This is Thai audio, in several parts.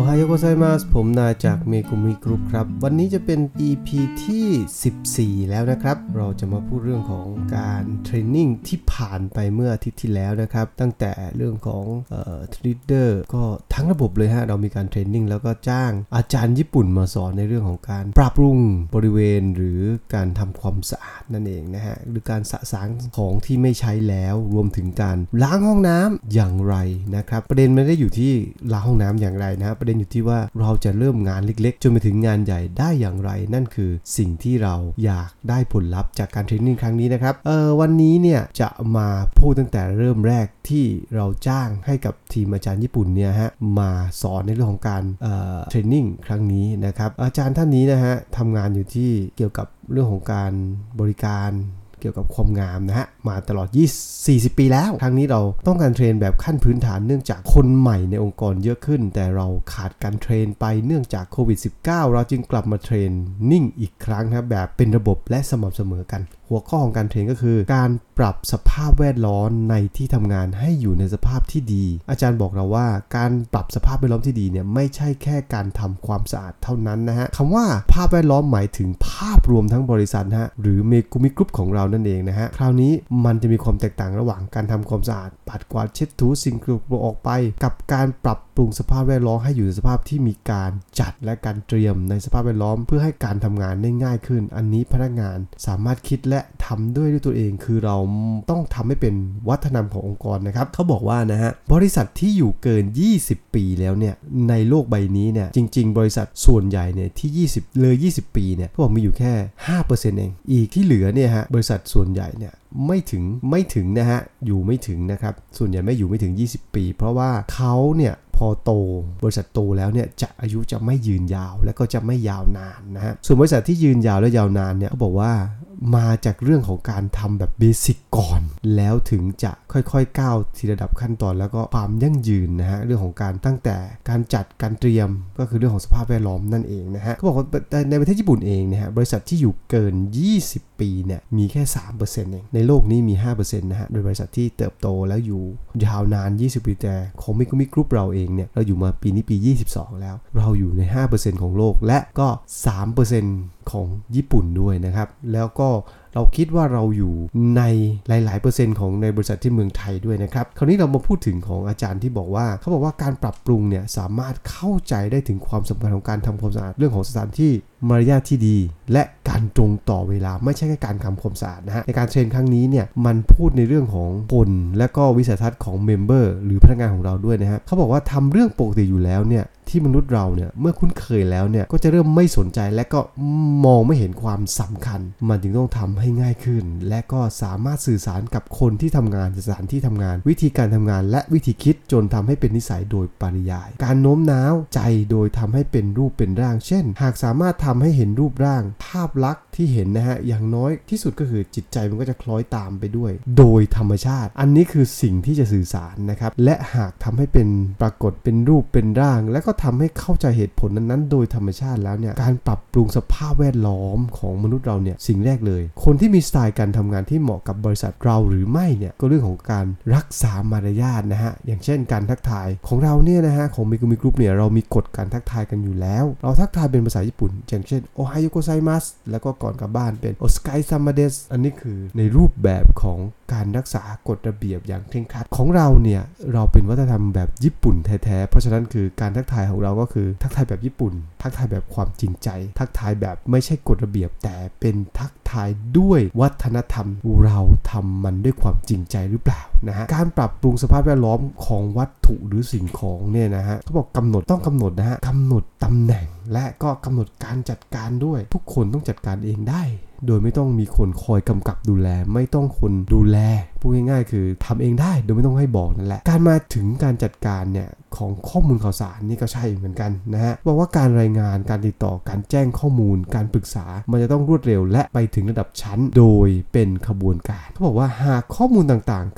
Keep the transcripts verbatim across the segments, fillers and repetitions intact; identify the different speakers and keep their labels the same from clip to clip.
Speaker 1: ไฮโอโกไซมัสผมนายจากเมกุมิกรุ๊ปครับวันนี้จะเป็น อี พี ที่สิบสี่แล้วนะครับเราจะมาพูดเรื่องของการเทรนนิ่งที่ผ่านไปเมื่ออาทิตย์ที่แล้วนะครับตั้งแต่เรื่องของเอ่อ Trader ก็ทั้งระบบเลยฮะเรามีการเทรนนิ่งแล้วก็จ้างอาจารย์ญี่ปุ่นมาสอนในเรื่องของการปรับปรุงบริเวณหรือการทำความสะอาดนั่นเองนะฮะหรือการสะสางของที่ไม่ใช้แล้วรวมถึงการล้างห้องน้ำอย่างไรนะครับประเด็นไม่ได้อยู่ที่ล้างห้องน้ำอย่างไรนะประเด็นอยู่ที่ว่าเราจะเริ่มงานเล็กๆจนไปถึงงานใหญ่ได้อย่างไรนั่นคือสิ่งที่เราอยากได้ผลลัพธ์จากการเทรนนิ่งครั้งนี้นะครับเออวันนี้เนี่ยจะมาพูดตั้งแต่เริ่มแรกที่เราจ้างให้กับทีมอาจารย์ญี่ปุ่นเนี่ยฮะมาสอนในเรื่องของการเอ่อเทรนนิ่งครั้งนี้นะครับอาจารย์ท่านนี้นะฮะทำงานอยู่ที่เกี่ยวกับเรื่องของการบริการเกี่ยวกับความงามนะฮะมาตลอดยี่สิบ สี่สิบปีแล้วครั้งนี้เราต้องการเทรนแบบขั้นพื้นฐานเนื่องจากคนใหม่ในองค์กรเยอะขึ้นแต่เราขาดการเทรนไปเนื่องจากโควิด สิบเก้า เราจึงกลับมาเทรนนิ่งอีกครั้งครับแบบเป็นระบบและสม่ำเสมอกันหัวข้อของการเทรนก็คือการปรับสภาพแวดล้อมในที่ทำงานให้อยู่ในสภาพที่ดีอาจารย์บอกเราว่าการปรับสภาพแวดล้อมที่ดีเนี่ยไม่ใช่แค่การทำความสะอาดเท่านั้นนะฮะคำว่าภาพแวดล้อมหมายถึงภาพรวมทั้งบริษัทฮะหรือเมกุมิกรุ๊ปของเรานั่นเองนะฮะคราวนี้มันจะมีความแตกต่างระหว่างการทำความสะอาดปัดกวาดเช็ดถูสิ่งสกปรกออกไปกับการปรับปรุงสภาพแวดล้อมให้อยู่ในสภาพที่มีการจัดและการเตรียมในสภาพแวดล้อมเพื่อให้การทำงานได้ง่ายขึ้นอันนี้พนักงานสามารถคิดและทำด้วยด้วยตัวเองคือเราต้องทำให้เป็นวัฒนธรรมขององค์กรนะครับเขาบอกว่านะฮะบริษัทที่อยู่เกินยี่สิบปีแล้วเนี่ยในโลกใบนี้เนี่ยจริงๆบริษัทส่วนใหญ่เนี่ยที่ยี่สิบเลยยี่สิบปีเนี่ยเขาบอกมีอยู่แค่ ห้าเปอร์เซ็นต์ เองอีกที่เหลือเนี่ยฮะบริษัทส่วนใหญ่เนี่ยไม่ถึงไม่ถึงนะฮะอยู่ไม่ถึงนะครับส่วนใหญ่ไม่อยู่ไม่ถึงยี่สิบปีเพราะว่าเขาเนี่ยพอโตบริษัทโตแล้วเนี่ยจะอายุจะไม่ยืนยาวและก็จะไม่ยาวนานนะฮะส่วนบริษัทที่ยืนยาวและยาวนานเนี่ยเขาบอกว่ามาจากเรื่องของการทำแบบเบสิกก่อนแล้วถึงจะค่อยๆก้าวทีระดับขั้นตอนแล้วก็ความยั่งยืนนะฮะเรื่องของการตั้งแต่การจัดการเตรียมก็คือเรื่องของสภาพแวดล้อมนั่นเองนะฮะเขาบอกว่าในประเทศญี่ปุ่นเองเนี่ยฮะบริษัทที่อยู่เกินยี่สิบปีเนี่ยมีแค่ สามเปอร์เซ็นต์ เองในโลกนี้มี ห้าเปอร์เซ็นต์ นะฮะโดยบริษัทที่เติบโตแล้วอยู่ยาวนานยี่สิบปีแต่ของมิกุมิกรุ๊ปเราเองเนี่ยเราอยู่มาปีนี้ปียี่สิบสองแล้วเราอยู่ใน ห้าเปอร์เซ็นต์ ของโลกและก็ สามเปอร์เซ็นต์ ของญี่ปุ่นด้วยนะครับแล้วก็เราคิดว่าเราอยู่ในหลายๆเปอร์เซ็นต์ของในบริษัทที่เมืองไทยด้วยนะครับคราวนี้เรามาพูดถึงของอาจารย์ที่บอกว่าเขาบอกว่าการปรับปรุงเนี่ยสามารถเข้าใจได้ถึงความสำคัญของการทำความสะอาดเรื่องของสถานที่มารยาทที่ดีและการตรงต่อเวลาไม่ใช่แค่การทำความสะอาดนะฮะในการเทรนครั้งนี้เนี่ยมันพูดในเรื่องของคนและก็วิสัยทัศน์ของเมมเบอร์หรือพนักงานของเราด้วยนะฮะเขาบอกว่าทำเรื่องปกติอยู่แล้วเนี่ยที่มนุษย์เราเนี่ยเมื่อคุ้นเคยแล้วเนี่ยก็จะเริ่มไม่สนใจและก็มองไม่เห็นความสำคัญมันจึงต้องทำให้ง่ายขึ้นและก็สามารถสื่อสารกับคนที่ทำงานสถานที่ทำงานวิธีการทำงานและวิธีคิดจนทำให้เป็นนิสัยโดยปริยายการโน้มน้าวใจโดยทำให้เป็นรูปเป็นร่างเช่นหากสามารถทำให้เห็นรูปร่างภาพลักษณ์ที่เห็นนะฮะอย่างน้อยที่สุดก็คือจิตใจมันก็จะคล้อยตามไปด้วยโดยธรรมชาติอันนี้คือสิ่งที่จะสื่อสารนะครับและหากทำให้เป็นปรากฏเป็นรูปเป็นร่างและก็ทำให้เข้าใจเหตุผลนั้นๆโดยธรรมชาติแล้วเนี่ยการปรับปรุงสภาพแวดล้อมของมนุษย์เราเนี่ยสิ่งแรกเลยคนที่มีสไตล์การทำงานที่เหมาะกับบริษัทเราหรือไม่เนี่ยก็เรื่องของการรักษามารยาทนะฮะอย่างเช่นการทักทายของเราเนี่ยนะฮะของมิกุมิกรุ๊ปเนี่ยเรามีกฎการทักทายกันอยู่แล้วเราทักทายเป็นภาษาญี่ปุ่นอย่างเช่นโอไฮโอโกไซมัสแล้วก็ก่อนกลับบ้านเป็นโอสไกซัมมาเดสอันนี้คือในรูปแบบของการรักษากฎระเบียบอย่างเคร่งครัดของเราเนี่ยเราเป็นวัฒนธรรมแบบญี่ปุ่นแท้ๆเพราะฉะนั้นคือการทักทายของเราก็คือทักทายแบบญี่ปุ่นทักทายแบบความจริงใจทักทายแบบไม่ใช่กฎระเบียบแต่เป็นทักทายด้วยวัฒนธรรมเราทำมันด้วยความจริงใจหรือเปล่านะฮะการปรับปรุงสภาพแวดล้อมของวัตถุหรือสิ่งของเนี่ยนะฮะเขาบอกกำหนดต้องกำหนดนะฮะกำหนดตำแหน่งและก็กำหนดการจัดการด้วยทุกคนต้องจัดการเองได้โดยไม่ต้องมีคนคอยกำกับดูแลไม่ต้องคนดูแลพูดง่ายๆคือทำเองได้โดยไม่ต้องให้บอกนั่นแหละการมาถึงการจัดการเนี่ยของข้อมูลข่าวสารนี่ก็ใช่เหมือนกันนะฮะบอกว่าการรายงานการติดต่อการแจ้งข้อมูลการปรึกษามันจะต้องรวดเร็วและไปถึงระดับชั้นโดยเป็นขบวนการเขาบอกว่าหากข้อมูลต่างๆกันเนี่ย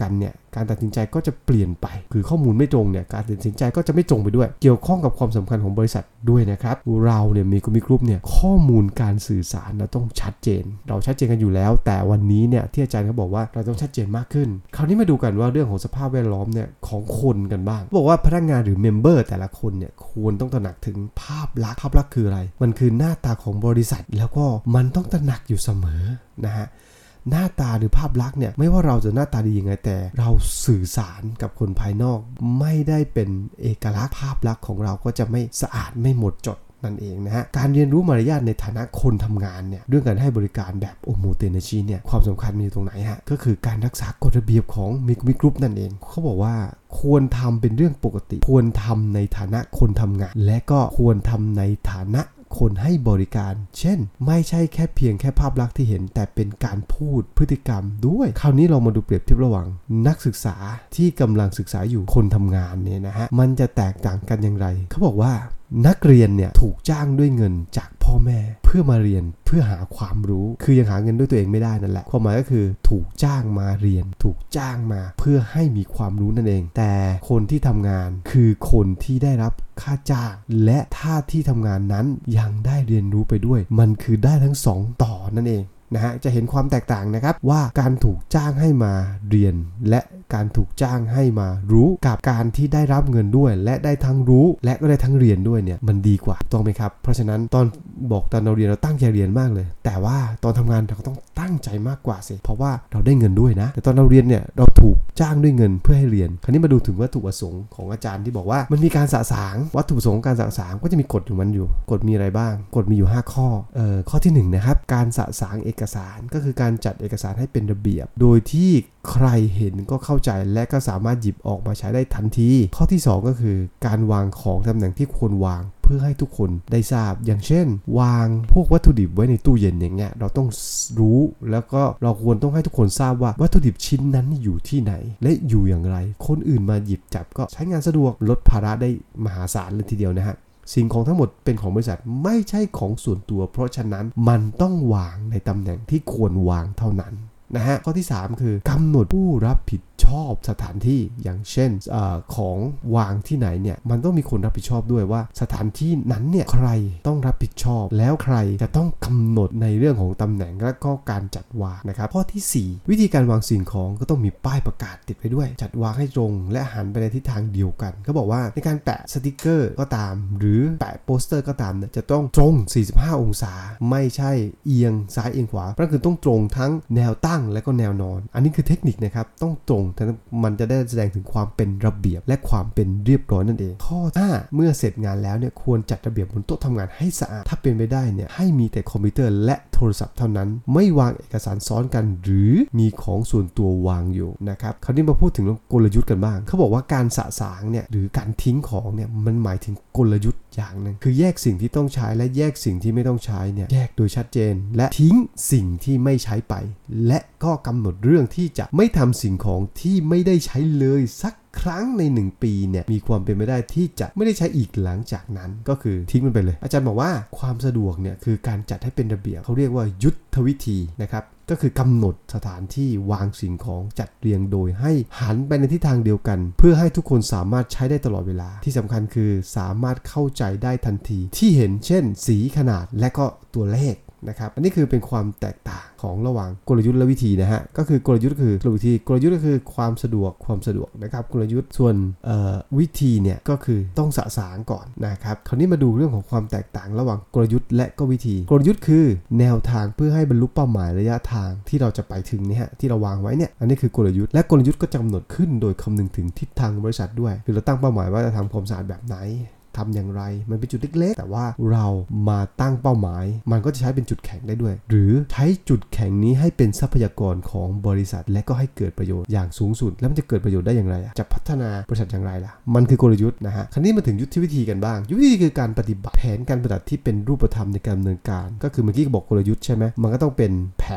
Speaker 1: การตัดสินใจก็จะเปลี่ยนไปคือข้อมูลไม่ตรงเนี่ยการตัดสินใจก็จะไม่ตรงไปด้วยเกี่ยวข้องกับความสำคัญของบริษัทด้วยนะครับเราเนี่ยมีกุมิกรุ๊ปเนี่ยข้อมูลการสื่อสารเราต้องชัดเจนเราชัดเจนกันอยู่แล้วแต่วันนี้เนี่ยที่อาจารย์เขาบอกว่าเราต้องชัดเจนมากขึ้นคราวนี้มาดูกันว่าเรื่องของสภาพแวดล้อมเนี่ยของคนกันบ้างบอกว่าพนักงานหรือเมมเบอร์แต่ละคนเนี่ยควรต้องตระหนักถึงภาพลักษณ์ภาพลักษณ์คืออะไรมันคือหน้าตาของบริษัทแล้วก็มันต้องตระหนักอยู่เสมอนะฮะหน้าตาหรือภาพลักษณ์เนี่ยไม่ว่าเราจะหน้าตาดียังไงแต่เราสื่อสารกับคนภายนอกไม่ได้เป็นเอกลักษณ์ภาพลักษณ์ของเราก็จะไม่สะอาดไม่หมดจดนั่นเองนะฮะการเรียนรู้มารยาทในฐานะคนทำงานเนี่ยเรื่องการให้บริการแบบโอโมเตเนชิเนี่ยความสำคัญมีอยู่ตรงไหนฮะก็คือการรักษากฎระเบียบของมิกมิกรุ๊ปนั่นเองเขาบอกว่าควรทำเป็นเรื่องปกติควรทำในฐานะคนทำงานและก็ควรทำในฐานะคนให้บริการเช่นไม่ใช่แค่เพียงแค่ภาพลักษณ์ที่เห็นแต่เป็นการพูดพฤติกรรมด้วยคราวนี้เรามาดูเปรียบเทียบระหว่างนักศึกษาที่กำลังศึกษาอยู่คนทำงานเนี่ยนะฮะมันจะแตกต่างกันอย่างไรเขาบอกว่านักเรียนเนี่ยถูกจ้างด้วยเงินจากพ่อแม่เพื่อมาเรียนเพื่อหาความรู้คือยังหาเงินด้วยตัวเองไม่ได้นั่นแหละความหมายก็คือถูกจ้างมาเรียนถูกจ้างมาเพื่อให้มีความรู้นั่นเองแต่คนที่ทำงานคือคนที่ได้รับค่าจ้างและถ้าที่ทำงานนั้นยังได้เรียนรู้ไปด้วยมันคือได้ทั้งสองต่อนั่นเองนะฮะจะเห็นความแตกต่างนะครับว่าการถูกจ้างให้มาเรียนและการถูกจ้างให้มารู้กับการที่ได้รับเงินด้วยและได้ทั้งรู้และก็ได้ทั้งเรียนด้วยเนี่ยมันดีกว่าต้องไหมครับเพราะฉะนั้นตอนบอกตอนเราเรียนเราตั้งใจเรียนมากเลยแต่ว่าตอนทำงานเราต้องตั้งใจมากกว่าสิเพราะว่าเราได้เงินด้วยนะแต่ตอนเราเรียนเนี่ยเราถูกจ้างด้วยเงินเพื่อให้เรียนคราวนี้มาดูถึงวัตถุประสงค์ของอาจารย์ที่บอกว่ามันมีการสะสางวัตถุประสงค์ของการสะสางก็จะมีกฎอยู่มันอยู่กฎมีอะไรบ้างกฎมีอยู่ห้าข้อเอ่อข้อที่หนึ่งนะครับการสะสางเอกสารก็คือการจัดเอกสารให้เป็นระเบียบโดยที่ใครเห็นก็เข้าใจและก็สามารถหยิบออกมาใช้ได้ทันทีข้อที่สองก็คือการวางของตำแหน่งที่ควรวางเพื่อให้ทุกคนได้ทราบอย่างเช่นวางพวกวัตถุดิบไว้ในตู้เย็นอย่างเงี้ยเราต้องรู้แล้วก็เราควรต้องให้ทุกคนทราบว่าวัตถุดิบชิ้นนั้นอยู่ที่ไหนและอยู่อย่างไรคนอื่นมาหยิบจับก็ใช้งานสะดวกลดภาระได้มหาศาลเลยทีเดียวนะฮะสิ่งของทั้งหมดเป็นของบริษัทไม่ใช่ของส่วนตัวเพราะฉะนั้นมันต้องวางในตำแหน่งที่ควรวางเท่านั้นนะฮะข้อที่สามคือกำหนดผู้รับผิดชอบสถานที่อย่างเช่นเอ่อของวางที่ไหนเนี่ยมันต้องมีคนรับผิดชอบด้วยว่าสถานที่นั้นเนี่ยใครต้องรับผิดชอบแล้วใครจะต้องกำหนดในเรื่องของตำแหน่งและก็การจัดวางนะครับข้อที่สี่วิธีการวางสิ่งของก็ต้องมีป้ายประกาศติดไว้ด้วยจัดวางให้ตรงและหันไปในทิศทางเดียวกันเขาบอกว่าในการแปะสติกเกอร์ก็ตามหรือแปะโปสเตอร์ก็ตามเนี่ยจะต้องตรงสี่สิบห้าองศาไม่ใช่เอียงซ้ายเอียงขวาก็คือต้องตรงทั้งแนวตั้งและก็แนวนอนอันนี้คือเทคนิคนะครับต้องตรงมันจะได้แสดงถึงความเป็นระเบียบและความเป็นเรียบร้อยนั่นเองข้อห้าเมื่อเสร็จงานแล้วเนี่ยควรจัดระเบียบบนโต๊ะทำงานให้สะอาดถ้าเป็นไปได้เนี่ยให้มีแต่คอมพิวเตอร์และโทรศัพท์เท่านั้นไม่วางเอกสารซ้อนกันหรือมีของส่วนตัววางอยู่นะครับคราวนี้มาพูดถึงกลยุทธ์กันบ้างเขาบอกว่าการสะสางเนี่ยหรือการทิ้งของเนี่ยมันหมายถึงกลยุทธ์อย่างนึงคือแยกสิ่งที่ต้องใช้และแยกสิ่งที่ไม่ต้องใช้เนี่ยแยกโดยชัดเจนและทิ้งสิ่งที่ไม่ใช้ไปและก็กำหนดเรื่องที่จะไม่ทำสิ่งของที่ไม่ได้ใช้เลยสักครั้งในหนึ่งปีเนี่ยมีความเป็นไปได้ที่จะไม่ได้ใช้อีกหลังจากนั้นก็คือทิ้งมันไปเลยอาจารย์บอกว่าความสะดวกเนี่ยคือการจัดให้เป็นระเบียบเขาเรียกว่ายุทธวิธีนะครับก็คือกำหนดสถานที่วางสิ่งของจัดเรียงโดยให้หันไปในทิศทางเดียวกันเพื่อให้ทุกคนสามารถใช้ได้ตลอดเวลาที่สำคัญคือสามารถเข้าใจได้ทันทีที่เห็นเช่นสีขนาดและก็ตัวเลขนะครับอันนี้คือเป็นความแตกต่างของระหว่างกลยุทธ์และวิธีนะฮะก็คือกลยุทธ์คือกลวิธีกลยุทธ์ก็คือความสะดวกความสะดวกนะครับกลยุทธ์ส่วนวิธีเนี่ยก็คือต้องสะสางก่อนนะครับคราวนี้มาดูเรื่องของความแตกต่างระหว่างกลยุทธ์และก็วิธีกลยุทธ์คือแนวทางเพื่อให้บรรลุเป้าหมายระยะทางที่เราจะไปถึงเนี่ยฮะที่เราวางไว้เนี่ยอันนี้คือกลยุทธ์และกลยุทธ์ก็กำหนดขึ้นโดยคำนึงถึงทิศทางบริษัทด้วยคือเราตั้งเป้าหมายว่าจะทำความสะอาดแบบไหนทำอย่างไรมันเป็นจุดเล็กๆแต่ว่าเรามาตั้งเป้าหมายมันก็จะใช้เป็นจุดแข็งได้ด้วยหรือใช้จุดแข็งนี้ให้เป็นทรัพยากรของบริษัทและก็ให้เกิดประโยชน์อย่างสูงสุดแล้วมันจะเกิดประโยชน์ได้อย่างไรจะพัฒนาบริษัทอย่างไรล่ะมันคือกลยุทธ์นะฮะคราวนี้มาถึงยุทธวิธีกันบ้างยุทธวิธีคือการปฏิบัติแผนการปฏิบัติที่เป็นรูปธรรมในการดำเนินการก็คือเมื่อกี้บอกกลยุทธ์ใช่ไหมมันก็ต้องเป็นแผนละพ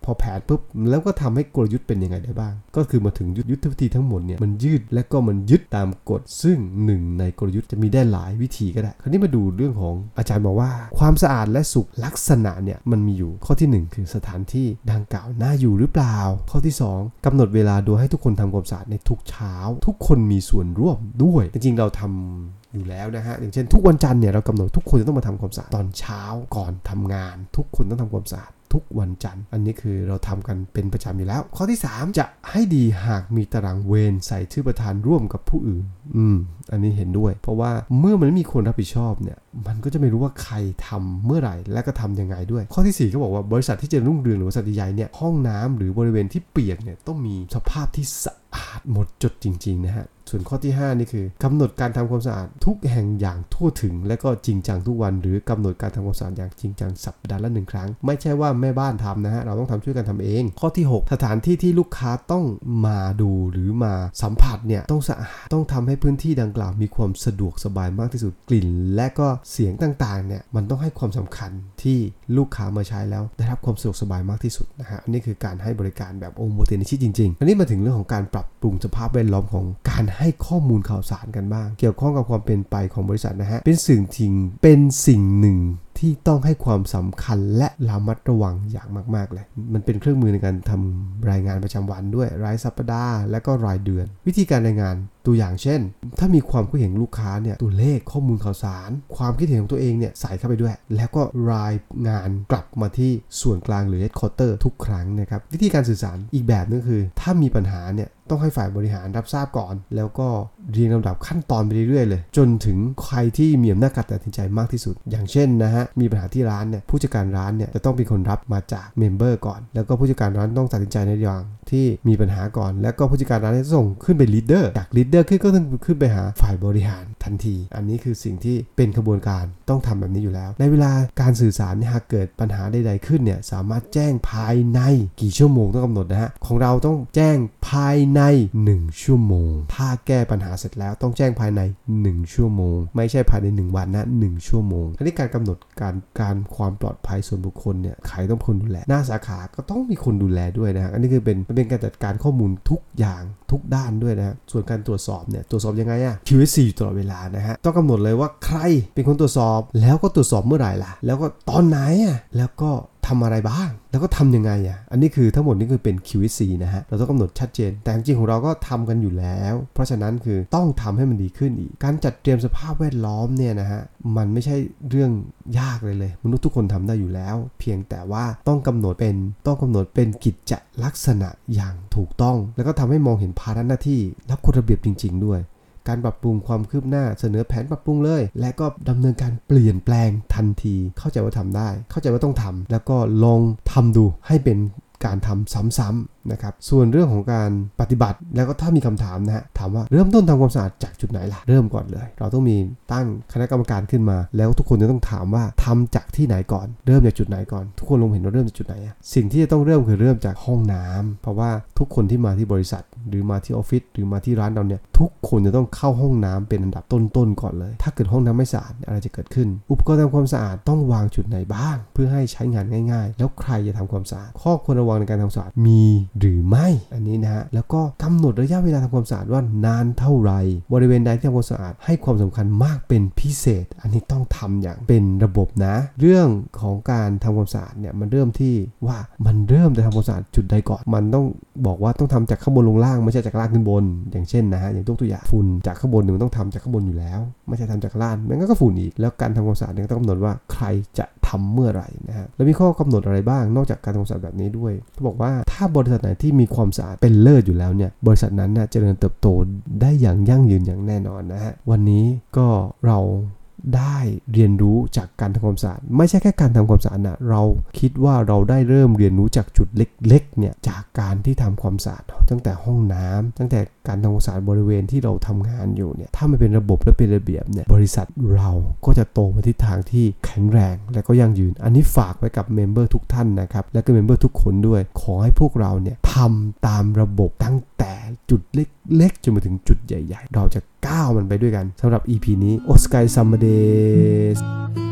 Speaker 1: พอแผนปุ๊บแล้วก็ทำให้กลยุทธ์เป็นยังไงได้บ้างก็คือมาถึงยุทธวิธีทั้งหมดเนี่ยมันยืดและก็มันยึดตามกฎซึ่งหนึ่งในกลยุทธ์จะมีได้หลายวิธีก็ได้คราวนี้มาดูเรื่องของอาจารย์บอกว่าความสะอาดและสุขลักษณะเนี่ยมันมีอยู่ข้อที่หนึ่งคือสถานที่ดังกล่าวน่าอยู่หรือเปล่าข้อที่สองกำหนดเวลาโดยให้ทุกคนทำความสะอาดในทุกเช้าทุกคนมีส่วนร่วมด้วยจริงๆเราทำอยู่แล้วนะฮะอย่างเช่นทุกวันจันทร์เนี่ยเรากำหนดทุกคนจะต้องมาทำความสะอาดตอนเช้าก่อนทำงานทุกคนต้องทำความสะอาดทุกวันจันทร์อันนี้คือเราทำกันเป็นประจำอยู่แล้วข้อที่สามจะให้ดีหากมีตารางเวรใส่ชื่อประธานร่วมกับผู้อื่นอืมอันนี้เห็นด้วยเพราะว่าเมื่อมันไม่มีคนรับผิดชอบเนี่ยมันก็จะไม่รู้ว่าใครทำเมื่อไหร่และก็ทำยังไงด้วยข้อที่สี่ก็บอกว่าบริษัทที่จะรุ่งเรืองหรือบริษัทใหญ่เนี่ยห้องน้ำหรือบริเวณที่เปียกเนี่ยต้องมีสภาพที่สะอาดหมดจดจริงๆนะฮะส่วนข้อที่ห้านี่คือกำหนดการทำความสะอาดทุกแห่งอย่างทั่วถึงและก็จริงจังทุกวันหรือกำหนดการทำความสะอาดอย่างจริงจังสัปดาห์ละหนึ่งครั้งไม่ใช่ว่าแม่บ้านทำนะฮะเราต้องทำช่วยกันทำเองข้อที่หกสถานที่ที่ลูกค้าต้องมาดูหรือมาสัมผัสเนี่ยต้องสะอาดต้องทำให้พื้นที่ดังกล่าวมีความสะดวกสบายมากที่สุดกลิ่นและก็เสียงต่างๆเนี่ยมันต้องให้ความสำคัญที่ลูกค้ามาใช้แล้วได้รับความสะดวกสบายมากที่สุดนะฮะอันนี้คือการให้บริการแบบโอโมเทนิชิจริงๆอันนี้มาถึงเรื่องของการปรับปรุงสภาพแวดล้อมของการให้ข้อมูลข่าวสารกันบ้างเกี่ยวข้องกับความเป็นไปของบริษัทนะฮะเป็นสิ่งทิ้งเป็นสิ่งหนึ่งที่ต้องให้ความสำคัญและระมัดระวังอย่างมากๆเลยมันเป็นเครื่องมือในการทำรายงานประจำวันด้วยรายสัปดาห์และก็รายเดือนวิธีการรายงานตัวอย่างเช่นถ้ามีความคิดเห็นลูกค้าเนี่ยตัวเลขข้อมูลข่าวสารความคิดเห็นของตัวเองเนี่ยใส่เข้าไปด้วยแล้วก็รายงานกลับมาที่ส่วนกลางหรือ headquarter ทุกครั้งนะครับวิธีการสื่อสารอีกแบบนึงคือถ้ามีปัญหาเนี่ยต้องให้ฝ่ายบริหารรับทราบก่อนแล้วก็เรียงลำดับขั้นตอนไปเรื่อยๆเลยจนถึงใครที่มีอำนาจการตัดสินใจมากที่สุดอย่างเช่นนะฮะมีปัญหาที่ร้านเนี่ยผู้จัดการร้านเนี่ยจะต้องเป็นคนรับมาจากเมมเบอร์ก่อนแล้วก็ผู้จัดการร้านต้องตัดสินใจในอย่างที่มีปัญหาก่อนแล้วก็ผู้จัดการร้านจะส่งขึ้นไปลีดเดอร์จากลีดเดอร์ขึ้นก็ต้องขึ้นไปหาฝ่ายบริหารทันทีอันนี้คือสิ่งที่เป็นกระบวนการต้องทำแบบนี้อยู่แล้วในเวลาการสื่อสารเนี่ยหากเกิดปัญหาใดๆขึ้นเนี่ยสามารถแจ้งภายในกี่ชั่วโมงต้องกำหนดนะฮะของเราต้องแจ้งภายในหนึ่งชั่วโมงถ้าแก้ปัญหาเสร็จแล้วต้องแจ้งภายในหนึ่งชั่วโมงไม่ใช่ภายในหนึ่งวันนะหนึ่งชั่วโมงอันนี้การกำหนดการการความปลอดภัยส่วนบุคคลเนี่ยใครต้องคนดูแลหน้าสาขาก็ต้องมีคนดูแลด้วยนะฮะอันนี้คือเป็นเป็นการจัดการข้อมูลทุกอย่างทุกด้านด้วยนะส่วนการตรวจสอบเนี่ยตรวจสอบยังไงอะ คิว เอส ซี อยู่ตลอดเวลานะฮะต้องกำหนดเลยว่าใครเป็นคนตรวจสอบแล้วก็ตรวจสอบเมื่อไหร่ล่ะแล้วก็ตอนไหนอะแล้วก็ทำอะไรบ้างแล้วก็ทำยังไงอ่ะอันนี้คือทั้งหมดนี่คือเป็น คิว เอส ซี นะฮะเราต้องกำหนดชัดเจนแต่จริงๆของเราก็ทำกันอยู่แล้วเพราะฉะนั้นคือต้องทำให้มันดีขึ้นอีกการจัดเตรียมสภาพแวดล้อมเนี่ยนะฮะมันไม่ใช่เรื่องยากเลยเลยมนุษย์ทุกคนทำได้อยู่แล้วเพียงแต่ว่าต้องกำหนดเป็นต้องกำหนดเป็นกิจลักษณะอย่างถูกต้องแล้วก็ทำให้มองเห็นภาระหน้าที่และกฎระเบียบจริงๆด้วยการปรับปรุงความคืบหน้าเสนอแผนปรับปรุงเลยและก็ดำเนินการเปลี่ยนแปลงทันทีเข้าใจว่าทำได้เข้าใจว่าต้องทำแล้วก็ลองทำดูให้เป็นการทำซ้ำๆนะครับส่วนเรื่องของการปฏิบัติแล้วก็ถ้ามีคำถามนะฮะถามว่าเริ่มต้นทำความสะอาดจากจุดไหนล่ะเริ่มก่อนเลยเราต้องมีตั้งคณะกรรมการขึ้นมาแล้วทุกคนจะต้องถามว่าทำจากที่ไหนก่อนเริ่มจากจุดไหนก่อนทุกคนลงเห็นว่าเริ่มจากจุดไหนอะสิ่งที่จะต้องเริ่มคือเริ่มจากห้องน้ำเพราะว่าทุกคนที่มาที่บริษัทหรือมาที่ออฟฟิศหรือมาที่ร้านเราเนี่ยทุกคนจะต้องเข้าห้องน้ำเป็นอันดับต้นๆก่อนเลยถ้าเกิดห้องน้ำไม่สะอาดอะไรจะเกิดขึ้นอุปกรณ์ทำความสะอาดต้องวางจุดไหนบ้างเพื่อให้ใช้งานง่ายๆแล้วใครจะทำความสะอาดข้อควรระวังในการทำความสะอาดมีหรือไม่อันนี้นะฮะแล้วก็กำหนดระยะเวลาทำความสะอาดว่านานเท่าไหร่บริเวณใดที่ทำความสะอาดให้ความสำคัญมากเป็นพิเศษอันนี้ต้องทำอย่างเป็นระบบนะเรื่องของการทำความสะอาดเนี่ยมันเริ่มที่ว่ามันเริ่มจะทำความสะอาดจุดใดก่อนมันต้องบอกว่าต้องทำจากข้างบนลงล่างไม่ใช่จากล่างขึ้นบนอย่างเช่นนะฮะอย่างตัวอย่างฝุ่นจากข้างบนมันต้องทำจากข้างบนอยู่แล้วไม่ใช่ทำจากล่างมันก็ฝุ่นอีกแล้วการทำความสะอาดเนี่ยต้องกำหนดว่าใครจะทำเมื่อไหร่นะฮะแล้วมีข้อกำหนดอะไรบ้างนอกจากการทำความสะอาดแบบนี้ด้วยเขาบอกว่าถ้าบริษัทไหนที่มีความสะอาดเป็นเลิศอยู่แล้วเนี่ยบริษัทนั้นน่ะเจริญเติบโตได้อย่างยั่งยืนอย่างแน่นอนนะฮะวันนี้ก็เราได้เรียนรู้จากการทำความสะอาดไม่ใช่แค่การทำความสะอาดนะเราคิดว่าเราได้เริ่มเรียนรู้จากจุดเล็กๆเนี่ยจากการที่ทำความสะอาดตั้งแต่ห้องน้ำตั้งแต่การทำความสะอาดบริเวณที่เราทำงานอยู่เนี่ยถ้ามันเป็นระบบและเป็นระเบียบเนี่ยบริษัทเราก็จะโตไปทิศทางที่แข็งแรงและก็ยั่งยืนอันนี้ฝากไว้กับเมมเบอร์ทุกท่านนะครับและก็เมมเบอร์ทุกคนด้วยขอให้พวกเราเนี่ยทำตามระบบตั้งแต่จุดเล็กๆจนมาถึงจุดใหญ่ๆเราจะก้าวมันไปด้วยกันสำหรับ อี พี นี้โอสกายซัมเดย์